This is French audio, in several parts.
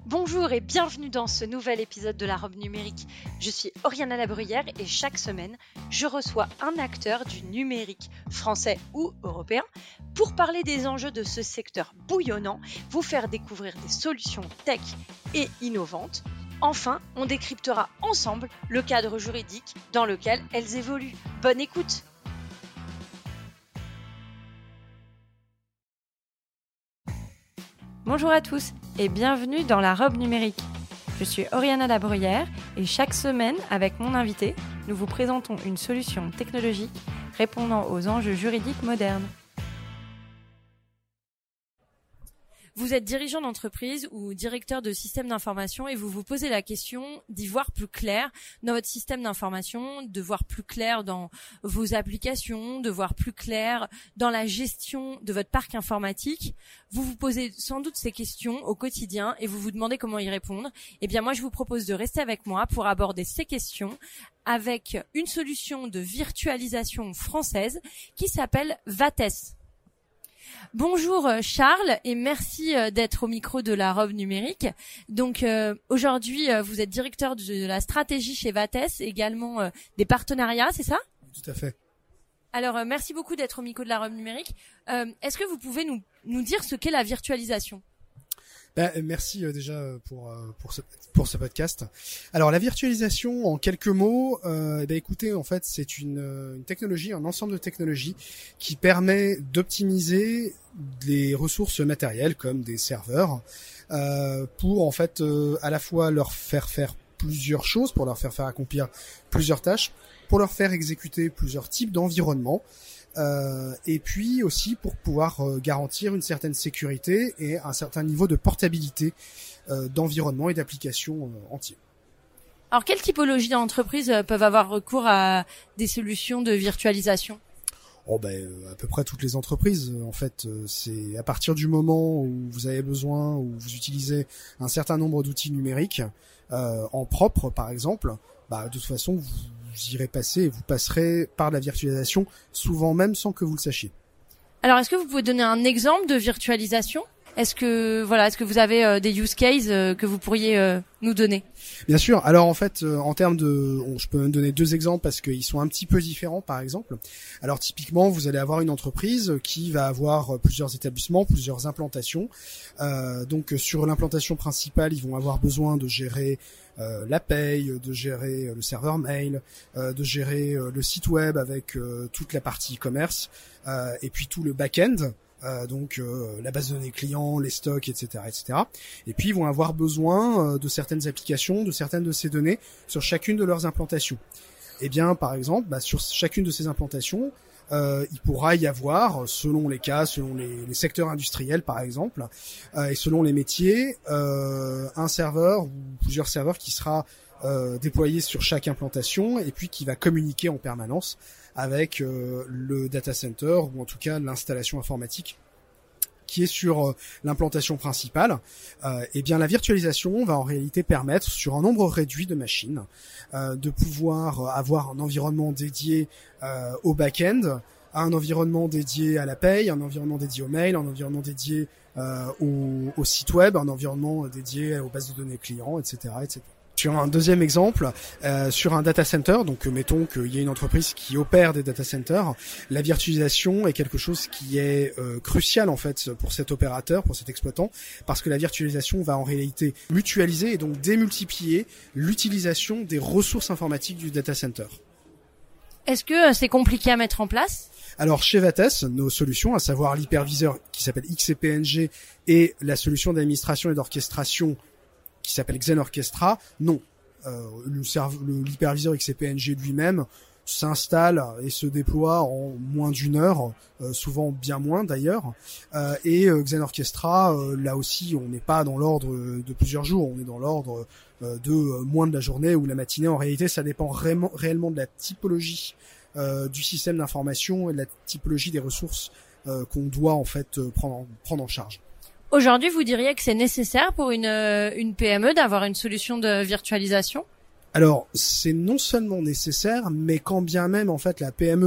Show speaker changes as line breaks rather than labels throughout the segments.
Bonjour et bienvenue dans ce nouvel épisode de la robe numérique. Je suis Oriana Labruyère et chaque semaine, je reçois un acteur du numérique, français ou européen, pour parler des enjeux de ce secteur bouillonnant, vous faire découvrir des solutions tech et innovantes. Enfin, on décryptera ensemble le cadre juridique dans lequel elles évoluent. Bonne écoute! Bonjour à tous et bienvenue dans la robe numérique. Je suis Oriana Labruyère et chaque semaine, avec mon invité, nous vous présentons une solution technologique répondant aux enjeux juridiques modernes. Vous êtes dirigeant d'entreprise ou directeur de système d'information et vous vous posez la question d'y voir plus clair dans votre système d'information, de voir plus clair dans vos applications, de voir plus clair dans la gestion de votre parc informatique. Vous vous posez sans doute ces questions au quotidien et vous vous demandez comment y répondre. Eh bien, moi, je vous propose de rester avec moi pour aborder ces questions avec une solution de virtualisation française qui s'appelle Vates. Bonjour Charles et merci d'être au micro de la robe numérique. Donc aujourd'hui vous êtes directeur de la stratégie chez Vates, également des partenariats, c'est ça ?
Tout à fait.
Alors merci beaucoup d'être au micro de la robe numérique. Est-ce que vous pouvez nous dire ce qu'est la virtualisation ?
Merci déjà pour ce podcast. Alors la virtualisation, en quelques mots, écoutez, en fait, c'est une technologie, un ensemble de technologies qui permet d'optimiser des ressources matérielles comme des serveurs pour en fait à la fois leur faire faire plusieurs choses, pour leur faire accomplir plusieurs tâches, pour leur faire exécuter plusieurs types d'environnements. Et puis aussi pour pouvoir garantir une certaine sécurité et un certain niveau de portabilité d'environnement et d'applications entiers.
Alors, quelle typologie d'entreprises peuvent avoir recours à des solutions de virtualisation ?
À peu près toutes les entreprises. En fait, c'est à partir du moment où vous avez besoin, où vous utilisez un certain nombre d'outils numériques en propre, par exemple, de toute façon, vous irez passer et vous passerez par la virtualisation, souvent même sans que vous le sachiez.
Alors, est-ce que vous pouvez donner un exemple de virtualisation ? Est-ce que vous avez des use cases que vous pourriez nous donner ?
Bien sûr. Alors en fait, en termes de, je peux même donner deux exemples parce qu'ils sont un petit peu différents. Par exemple, alors typiquement, vous allez avoir une entreprise qui va avoir plusieurs établissements, plusieurs implantations. Donc sur l'implantation principale, ils vont avoir besoin de gérer la paye, de gérer le serveur mail, de gérer le site web avec toute la partie e-commerce et puis tout le back-end. Donc la base de données clients, les stocks, etc., etc. Et puis ils vont avoir besoin de certaines applications, de certaines de ces données sur chacune de leurs implantations. Et bien par exemple, sur chacune de ces implantations, il pourra y avoir, selon les cas, selon les secteurs industriels par exemple, et selon les métiers, un serveur ou plusieurs serveurs qui sera déployé sur chaque implantation et puis qui va communiquer en permanence avec le data center ou en tout cas l'installation informatique qui est sur l'implantation principale. Et bien la virtualisation va en réalité permettre sur un nombre réduit de machines de pouvoir avoir un environnement dédié au back-end, un environnement dédié à la paye, un environnement dédié au mail, un environnement dédié au site web, un environnement dédié aux bases de données clients, etc., etc. Sur un deuxième exemple, sur un data center, donc mettons qu'il y a une entreprise qui opère des data centers, la virtualisation est quelque chose qui est crucial en fait pour cet opérateur, pour cet exploitant, parce que la virtualisation va en réalité mutualiser et donc démultiplier l'utilisation des ressources informatiques du data center.
Est-ce que c'est compliqué à mettre en place ?
Alors chez Vates, nos solutions, à savoir l'hyperviseur qui s'appelle XCPNG et la solution d'administration et d'orchestration qui s'appelle Xenorchestra, non. L'hyperviseur XCPNG lui-même s'installe et se déploie en moins d'une heure, souvent bien moins d'ailleurs. Et Xenorchestra, là aussi, on n'est pas dans l'ordre de plusieurs jours, on est dans l'ordre de moins de la journée ou la matinée. En réalité, ça dépend réellement de la typologie du système d'information et de la typologie des ressources qu'on doit en fait prendre en charge.
Aujourd'hui, vous diriez que c'est nécessaire pour une PME d'avoir une solution de virtualisation ?
Alors, c'est non seulement nécessaire, mais quand bien même en fait la PME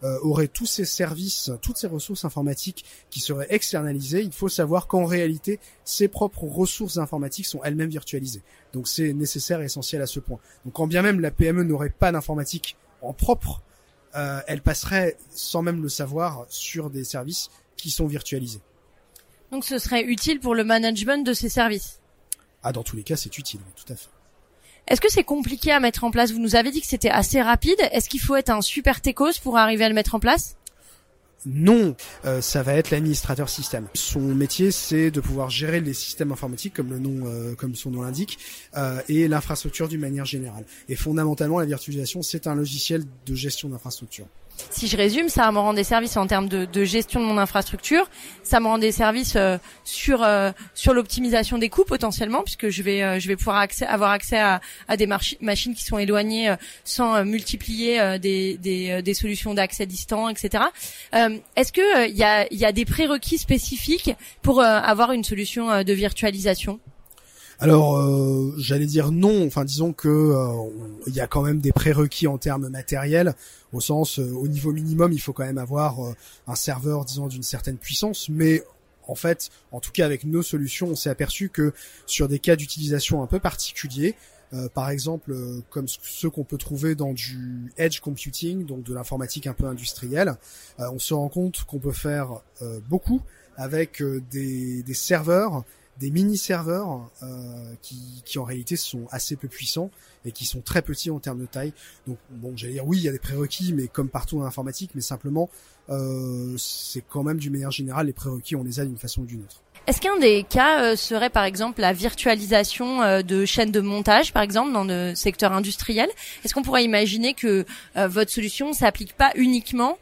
aurait tous ces services, toutes ces ressources informatiques qui seraient externalisées, il faut savoir qu'en réalité, ses propres ressources informatiques sont elles-mêmes virtualisées. Donc c'est nécessaire et essentiel à ce point. Donc quand bien même la PME n'aurait pas d'informatique en propre, elle passerait sans même le savoir sur des services qui sont virtualisés.
Donc ce serait utile pour le management de ces services.
Ah, dans tous les cas, c'est utile, oui, tout à fait.
Est-ce que c'est compliqué à mettre en place? Vous nous avez dit que c'était assez rapide. Est-ce qu'il faut être un super techos pour arriver à le mettre en place?
Non, ça va être l'administrateur système. Son métier, c'est de pouvoir gérer les systèmes informatiques, comme son nom l'indique, et l'infrastructure d'une manière générale. Et fondamentalement, la virtualisation, c'est un logiciel de gestion d'infrastructure.
Si je résume, ça me rend des services en termes de gestion de mon infrastructure. Ça me rend des services sur l'optimisation des coûts potentiellement, puisque je vais pouvoir avoir accès à des machines qui sont éloignées sans multiplier des solutions d'accès distant, etc. Est-ce que il y a des prérequis spécifiques pour avoir une solution de virtualisation?
Alors, j'allais dire non. Enfin, disons que il y a quand même des prérequis en termes matériels, au sens, au niveau minimum, il faut quand même avoir un serveur, disons, d'une certaine puissance. Mais en fait, en tout cas avec nos solutions, on s'est aperçu que sur des cas d'utilisation un peu particuliers, par exemple, comme ceux qu'on peut trouver dans du edge computing, donc de l'informatique un peu industrielle, on se rend compte qu'on peut faire beaucoup avec des serveurs, des mini-serveurs qui en réalité sont assez peu puissants et qui sont très petits en termes de taille. Donc bon, j'allais dire oui, il y a des prérequis, mais comme partout en informatique, mais simplement c'est quand même d'une manière générale, les prérequis on les a d'une façon ou d'une autre.
Est-ce qu'un des cas serait par exemple la virtualisation de chaînes de montage, par exemple dans le secteur industriel? Est-ce qu'on pourrait imaginer que votre solution s'applique pas uniquement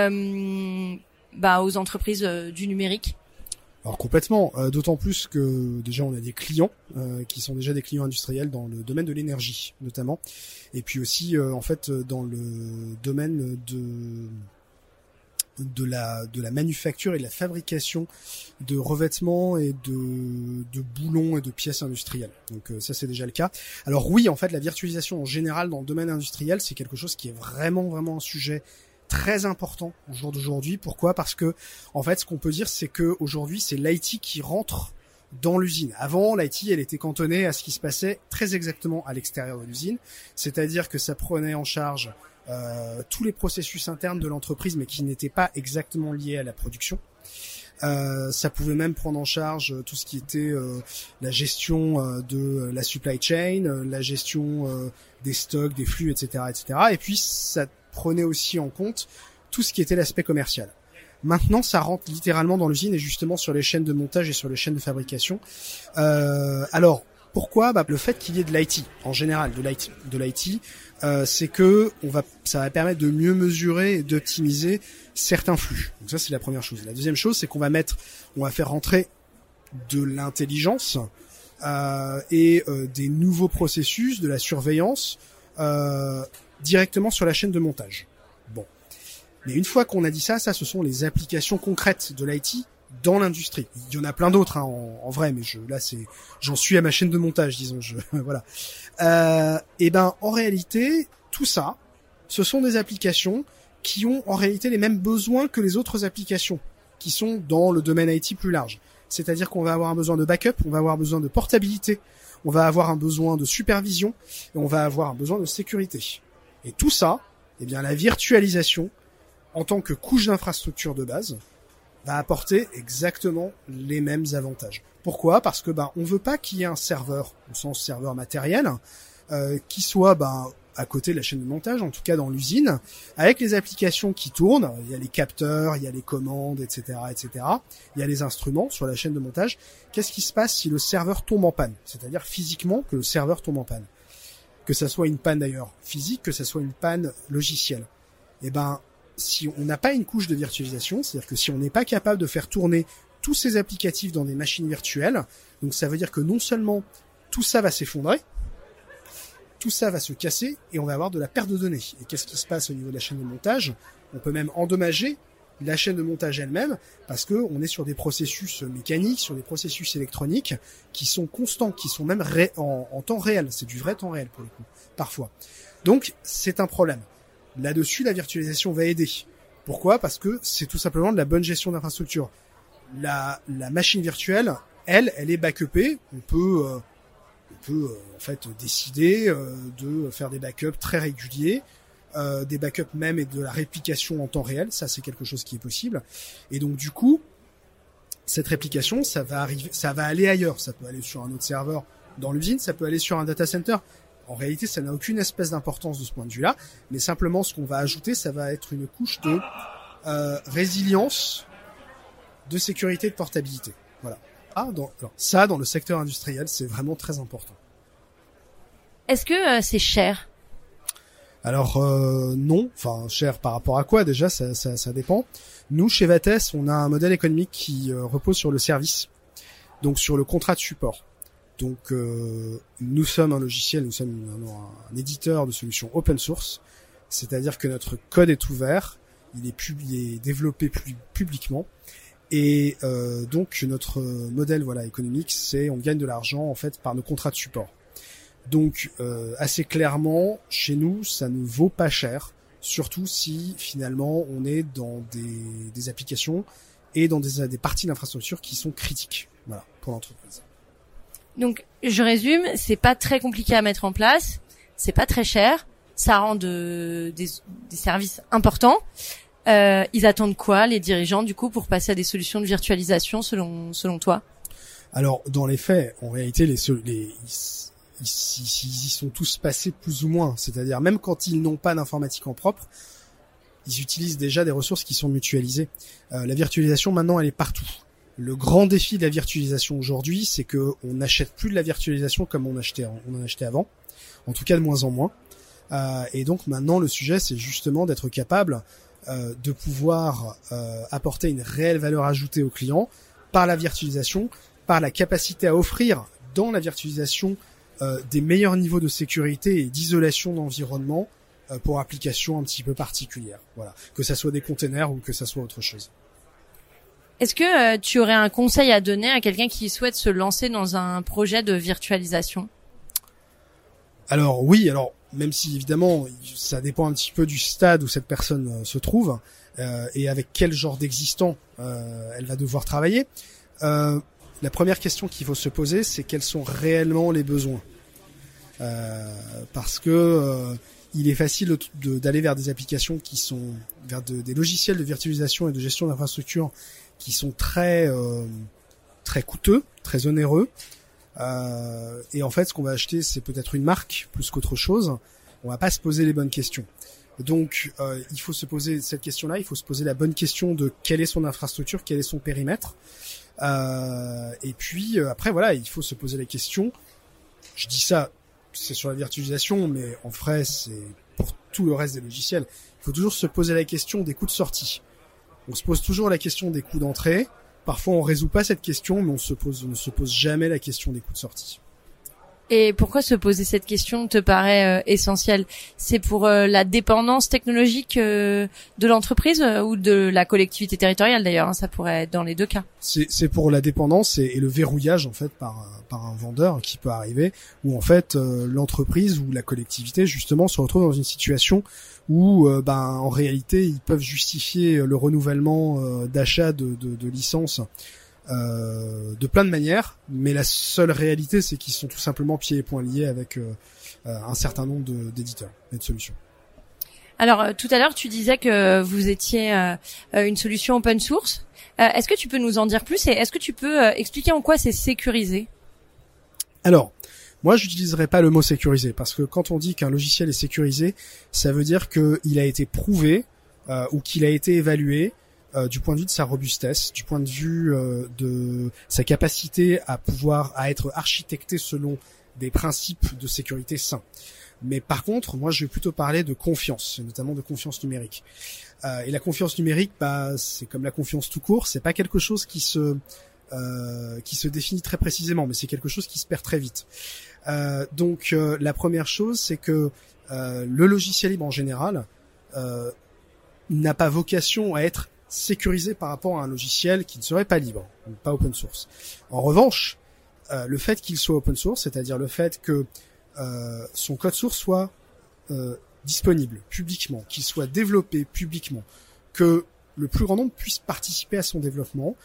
aux entreprises du numérique?
Alors complètement, d'autant plus que déjà on a des clients qui sont déjà des clients industriels dans le domaine de l'énergie notamment, et puis aussi en fait dans le domaine de la manufacture et de la fabrication de revêtements et de boulons et de pièces industrielles. Donc ça c'est déjà le cas. Alors oui, en fait la virtualisation en général dans le domaine industriel, c'est quelque chose qui est vraiment un sujet très important au jour d'aujourd'hui. Pourquoi? Parce que en fait ce qu'on peut dire c'est que aujourd'hui c'est l'IT qui rentre dans l'usine. Avant, l'IT elle était cantonnée à ce qui se passait très exactement à l'extérieur de l'usine, c'est-à-dire que ça prenait en charge tous les processus internes de l'entreprise mais qui n'étaient pas exactement liés à la production. Ça pouvait même prendre en charge tout ce qui était la gestion de la supply chain, la gestion des stocks, des flux, etc., etc. Et puis ça prenait aussi en compte tout ce qui était l'aspect commercial. Maintenant, ça rentre littéralement dans l'usine et justement sur les chaînes de montage et sur les chaînes de fabrication. Alors, pourquoi? Le fait qu'il y ait de l'IT, en général, de l'IT, c'est que ça va permettre de mieux mesurer et d'optimiser certains flux. Donc ça, c'est la première chose. La deuxième chose, c'est qu'on va faire rentrer de l'intelligence et des nouveaux processus, de la surveillance directement sur la chaîne de montage. Bon. Mais une fois qu'on a dit ça, ce sont les applications concrètes de l'IT dans l'industrie. Il y en a plein d'autres en vrai, mais j'en suis à ma chaîne de montage, disons. Voilà. En réalité, tout ça, ce sont des applications qui ont en réalité les mêmes besoins que les autres applications qui sont dans le domaine IT plus large. C'est-à-dire qu'on va avoir un besoin de backup, on va avoir besoin de portabilité, on va avoir un besoin de supervision et on va avoir un besoin de sécurité. Et tout ça, la virtualisation, en tant que couche d'infrastructure de base, va apporter exactement les mêmes avantages. Pourquoi? Parce que on veut pas qu'il y ait un serveur, au sens serveur matériel, qui soit à côté de la chaîne de montage, en tout cas dans l'usine, avec les applications qui tournent. Il y a les capteurs, il y a les commandes, etc., etc. Il y a les instruments sur la chaîne de montage. Qu'est-ce qui se passe si le serveur tombe en panne? C'est-à-dire physiquement que le serveur tombe en panne. Que ça soit une panne d'ailleurs physique, que ça soit une panne logicielle. Si on n'a pas une couche de virtualisation, c'est-à-dire que si on n'est pas capable de faire tourner tous ces applicatifs dans des machines virtuelles, donc ça veut dire que non seulement tout ça va s'effondrer, tout ça va se casser et on va avoir de la perte de données. Et qu'est-ce qui se passe au niveau de la chaîne de montage? On peut même endommager la chaîne de montage elle-même parce que on est sur des processus mécaniques, sur des processus électroniques qui sont constants, qui sont même en temps réel. C'est du vrai temps réel pour le coup, parfois. Donc c'est un problème. Là-dessus, la virtualisation va aider. Pourquoi ? Parce que c'est tout simplement de la bonne gestion d'infrastructure. La machine virtuelle, elle est backupée. On peut en fait décider de faire des backups très réguliers, des backups même et de la réplication en temps réel. Ça, c'est quelque chose qui est possible. Et donc du coup, cette réplication, ça va aller ailleurs. Ça peut aller sur un autre serveur dans l'usine, ça peut aller sur un data center. En réalité, ça n'a aucune espèce d'importance de ce point de vue-là, mais simplement ce qu'on va ajouter, ça va être une couche de résilience, de sécurité et de portabilité. Voilà. Dans le secteur industriel, c'est vraiment très important.
Est-ce que c'est cher ?
Alors non, enfin cher par rapport à quoi déjà, ça dépend. Nous, chez Vates, on a un modèle économique qui repose sur le service, donc sur le contrat de support. Donc nous sommes un logiciel, nous sommes un éditeur de solutions open source, c'est-à-dire que notre code est ouvert, il est développé publiquement, et donc notre modèle économique, c'est on gagne de l'argent en fait par nos contrats de support. Donc assez clairement, chez nous, ça ne vaut pas cher, surtout si finalement on est dans des applications et dans des parties d'infrastructure qui sont critiques, voilà, pour l'entreprise.
Donc, je résume, c'est pas très compliqué à mettre en place, c'est pas très cher, ça rend des services importants. Ils attendent quoi, les dirigeants, du coup, pour passer à des solutions de virtualisation, selon toi ?
Alors, dans les faits, en réalité, ils y sont tous passés plus ou moins. C'est-à-dire, même quand ils n'ont pas d'informatique en propre, ils utilisent déjà des ressources qui sont mutualisées. La virtualisation, maintenant, elle est partout. Le grand défi de la virtualisation aujourd'hui, c'est que on n'achète plus de la virtualisation comme on en achetait avant, en tout cas de moins en moins. Et donc maintenant, le sujet, c'est justement d'être capable de pouvoir apporter une réelle valeur ajoutée aux clients par la virtualisation, par la capacité à offrir dans la virtualisation des meilleurs niveaux de sécurité et d'isolation d'environnement pour applications un petit peu particulières. Voilà, que ça soit des containers ou que ça soit autre chose.
Est-ce que tu aurais un conseil à donner à quelqu'un qui souhaite se lancer dans un projet de virtualisation ?
Alors oui, même si évidemment ça dépend un petit peu du stade où cette personne se trouve et avec quel genre d'existant elle va devoir travailler. La première question qu'il faut se poser, c'est quels sont réellement les besoins. Parce que il est facile d'aller vers des applications qui sont vers des logiciels de virtualisation et de gestion d'infrastructure qui sont très coûteux, très onéreux. Et en fait, ce qu'on va acheter, c'est peut-être une marque plus qu'autre chose. On va pas se poser les bonnes questions. Donc, il faut se poser cette question-là. Il faut se poser la bonne question de quelle est son infrastructure, quel est son périmètre. Et puis après, voilà, il faut se poser la question. Je dis ça, c'est sur la virtualisation, mais en vrai, c'est pour tout le reste des logiciels. Il faut toujours se poser la question des coûts de sortie. On se pose toujours la question des coûts d'entrée. Parfois, on résout pas cette question, mais on ne se pose jamais la question des coûts de sortie.
Et pourquoi se poser cette question te paraît essentiel ? C'est pour la dépendance technologique de l'entreprise ou de la collectivité territoriale d'ailleurs, hein, ça pourrait être dans les deux cas.
C'est pour la dépendance et le verrouillage en fait par un vendeur qui peut arriver, où en fait l'entreprise ou la collectivité justement se retrouve dans une situation où en réalité ils peuvent justifier le renouvellement d'achat de licences de plein de manières, mais la seule réalité, c'est qu'ils sont tout simplement pieds et poings liés avec un certain nombre d'éditeurs et de solutions.
Alors, tout à l'heure, tu disais que vous étiez une solution open source. Est-ce que tu peux nous en dire plus et est-ce que tu peux expliquer en quoi c'est sécurisé ?
Alors, moi, j'utiliserai pas le mot sécurisé parce que quand on dit qu'un logiciel est sécurisé, ça veut dire qu'il a été prouvé ou qu'il a été évalué du point de vue de sa robustesse, du point de vue de sa capacité à être architecté selon des principes de sécurité sains. Mais par contre, moi, je vais plutôt parler de confiance, notamment de confiance numérique. Et la confiance numérique, c'est comme la confiance tout court, c'est pas quelque chose qui se définit très précisément, mais c'est quelque chose qui se perd très vite. Donc, la première chose, c'est que le logiciel libre en général n'a pas vocation à être sécurisé par rapport à un logiciel qui ne serait pas libre, ou pas open source. En revanche, le fait qu'il soit open source, c'est-à-dire le fait que son code source soit disponible publiquement, qu'il soit développé publiquement, que le plus grand nombre puisse participer à son développement,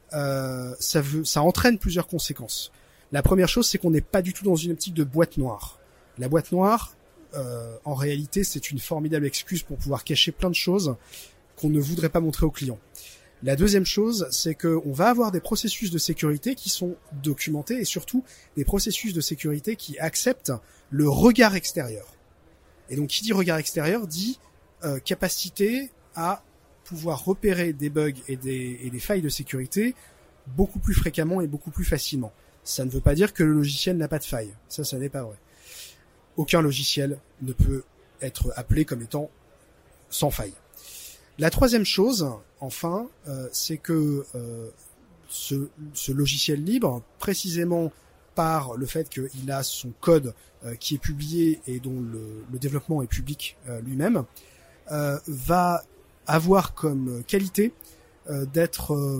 ça entraîne plusieurs conséquences. La première chose, c'est qu'on n'est pas du tout dans une optique de boîte noire. La boîte noire, en réalité, c'est une formidable excuse pour pouvoir cacher plein de choses qu'on ne voudrait pas montrer aux clients. La deuxième chose, c'est qu'on va avoir des processus de sécurité qui sont documentés et surtout des processus de sécurité qui acceptent le regard extérieur. Et donc, qui dit regard extérieur dit capacité à pouvoir repérer des bugs et des failles de sécurité beaucoup plus fréquemment et beaucoup plus facilement. Ça ne veut pas dire que le logiciel n'a pas de faille. Ça n'est pas vrai. Aucun logiciel ne peut être appelé comme étant sans faille. La troisième chose, enfin, c'est que ce logiciel libre, précisément par le fait qu'il a son code qui est publié et dont le développement est public lui-même, va avoir comme qualité d'être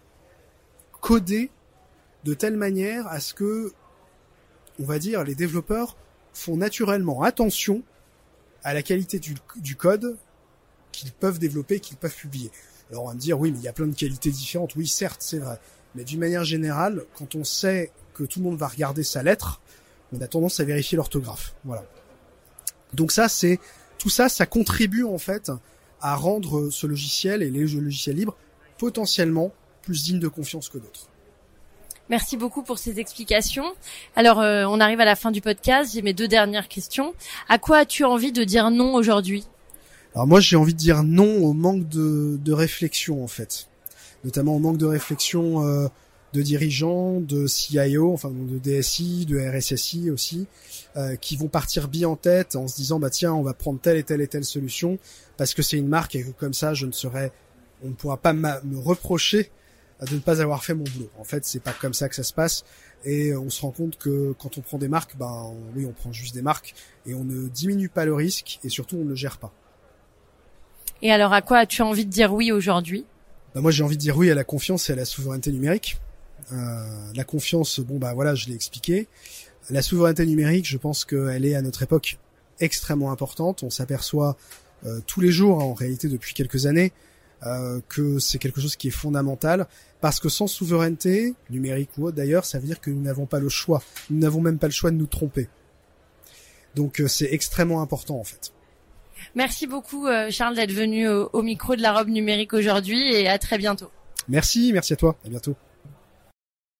codé de telle manière à ce que, on va dire, les développeurs font naturellement attention à la qualité du code qu'ils peuvent développer, qu'ils peuvent publier. Alors on va me dire, oui, mais il y a plein de qualités différentes. Oui, certes, c'est vrai. Mais d'une manière générale, quand on sait que tout le monde va regarder sa lettre, on a tendance à vérifier l'orthographe. Voilà. Donc tout ça, ça contribue en fait à rendre ce logiciel et les logiciels libres potentiellement plus dignes de confiance que d'autres.
Merci beaucoup pour ces explications. Alors, on arrive à la fin du podcast. J'ai mes 2 dernières questions. À quoi as-tu envie de dire non aujourd'hui ?
Alors moi, j'ai envie de dire non au manque de réflexion en fait, notamment au manque de réflexion de dirigeants, de CIO, enfin de DSI, de RSSI aussi, qui vont partir bille en tête en se disant bah tiens, on va prendre telle et telle solution parce que c'est une marque et que comme ça, on ne pourra pas me reprocher de ne pas avoir fait mon boulot. En fait, c'est pas comme ça que ça se passe et on se rend compte que quand on prend des marques, on prend juste des marques et on ne diminue pas le risque et surtout on ne le gère pas.
Et alors, à quoi as-tu envie de dire oui aujourd'hui ?
Moi, j'ai envie de dire oui à la confiance et à la souveraineté numérique. La confiance, je l'ai expliqué. La souveraineté numérique, je pense qu'elle est à notre époque extrêmement importante. On s'aperçoit tous les jours, en réalité depuis quelques années, que c'est quelque chose qui est fondamental. Parce que sans souveraineté, numérique ou autre d'ailleurs, ça veut dire que nous n'avons pas le choix. Nous n'avons même pas le choix de nous tromper. Donc c'est extrêmement important en fait.
Merci beaucoup Charles d'être venu au micro de la robe numérique aujourd'hui et à très bientôt.
Merci à toi, à bientôt.